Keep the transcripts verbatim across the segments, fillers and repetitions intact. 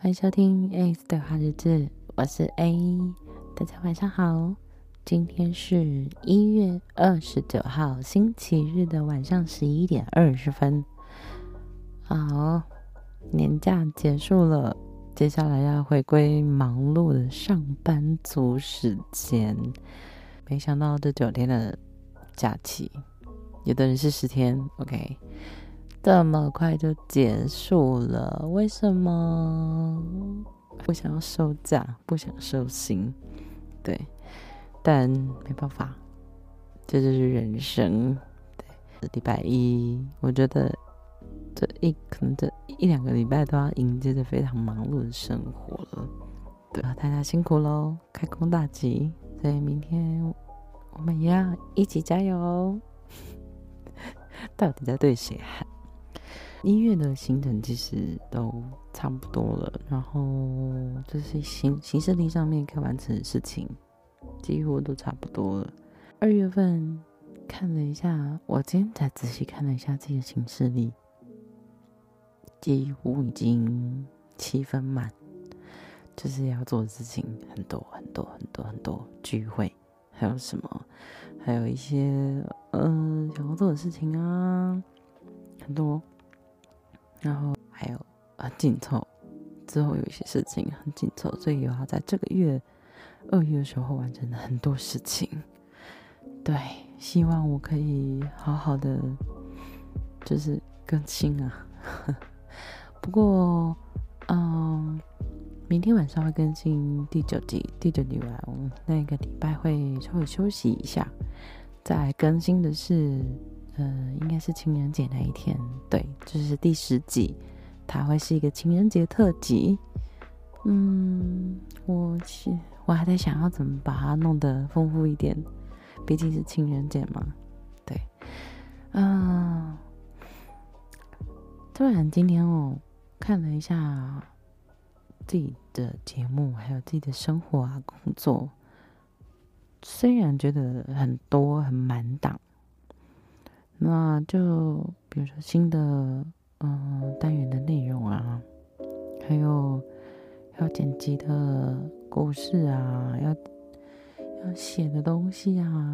欢迎收听 A 的话日志，我是 A， 大家晚上好。今天是一月二十九号星期日的晚上十一点二十分。好，年假结束了，接下来要回归忙碌的上班族时间。没想到这九天的假期，有的人是十天 OK，这么快就结束了，为什么？不想要收假，不想收心，对，但没办法，这就是人生。对，礼拜一，我觉得这一可能这一两个礼拜都要迎接着非常忙碌的生活了。对，大家辛苦咯，开工大吉，所以明天我们也要一起加油。到底在对谁喊？一月的行程其实都差不多了，然后就是行行事历上面该完成的事情几乎都差不多了。二月份看了一下，我今天才仔细看了一下自己的行事历，几乎已经七分满，就是要做的事情很多很多很多很多，聚会还有什么，还有一些嗯、呃、想要做的事情啊，很多。然后还有很紧凑，之后有一些事情很紧凑，所以有要在这个月二月的时候完成了很多事情。对，希望我可以好好的就是更新啊。不过嗯，明天晚上会更新第九集，第九集完那个礼拜会稍微休息一下，再更新的是呃，应该是情人节那一天，对，就是第十集，它会是一个情人节特辑。嗯，我其我还在想要怎么把它弄得丰富一点，毕竟是情人节嘛。对，啊、呃，突然今天哦，看了一下自己的节目，还有自己的生活啊、工作，虽然觉得很多很满档。那就比如说新的嗯、呃、单元的内容啊，还有要剪辑的故事啊，要要写的东西啊，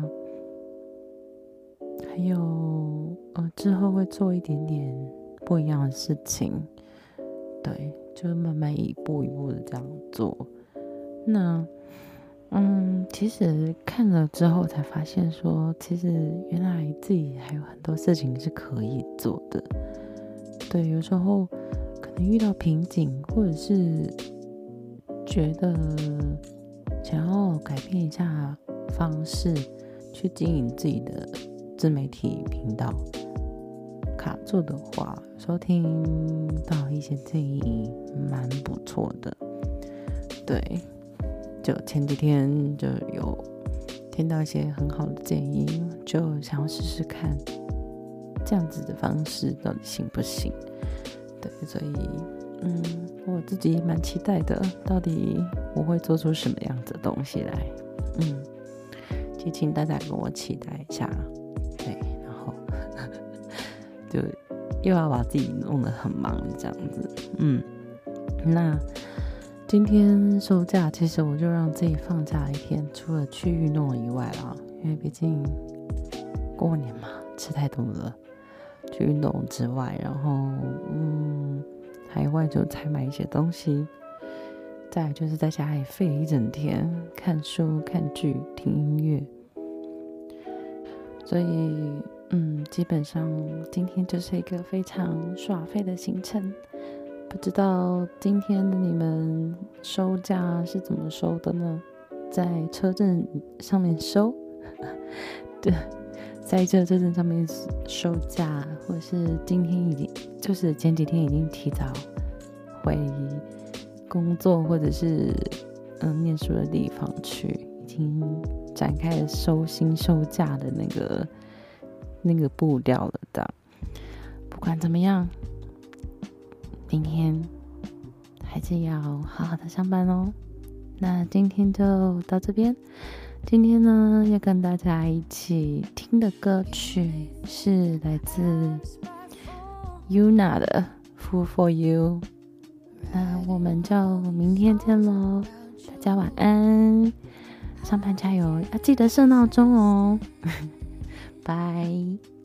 还有呃之后会做一点点不一样的事情，对，就是慢慢一步一步的这样做。那嗯，其实看了之后才发现说，其实原来自己还有很多事情是可以做的。对，有时候可能遇到瓶颈，或者是觉得想要改变一下方式，去经营自己的自媒体频道，卡住的话，有时候听到一些建议蛮不错的。对。就前几天就有听到一些很好的建议，就想要试试看这样子的方式到底行不行。对，所以嗯，我自己蛮期待的，到底我会做出什么样子的东西来。嗯，就请大家跟我期待一下。对，然后就又要把自己弄得很忙这样子。嗯，那今天收假，其实我就让自己放假一天，除了去运动以外啦，因为毕竟过年嘛，吃太多了。去运动之外，然后嗯，海外就采买一些东西，再来就是在家里废一整天，看书、看剧、听音乐。所以嗯，基本上今天就是一个非常耍废的行程。不知道今天的你们收假是怎么收的呢？在车阵上面收，对，在这车阵上面收假，或者是今天已经就是前几天已经提早回工作或者是嗯念书的地方去，已经展开了收心收假的那个那个步调了的。不管怎么样，明天还是要好好的上班哦。那今天就到这边。今天呢，要跟大家一起听的歌曲是来自 Yuna 的 Fool for You。 那我们就明天见咯，大家晚安，上班加油，要记得设闹钟哦，拜。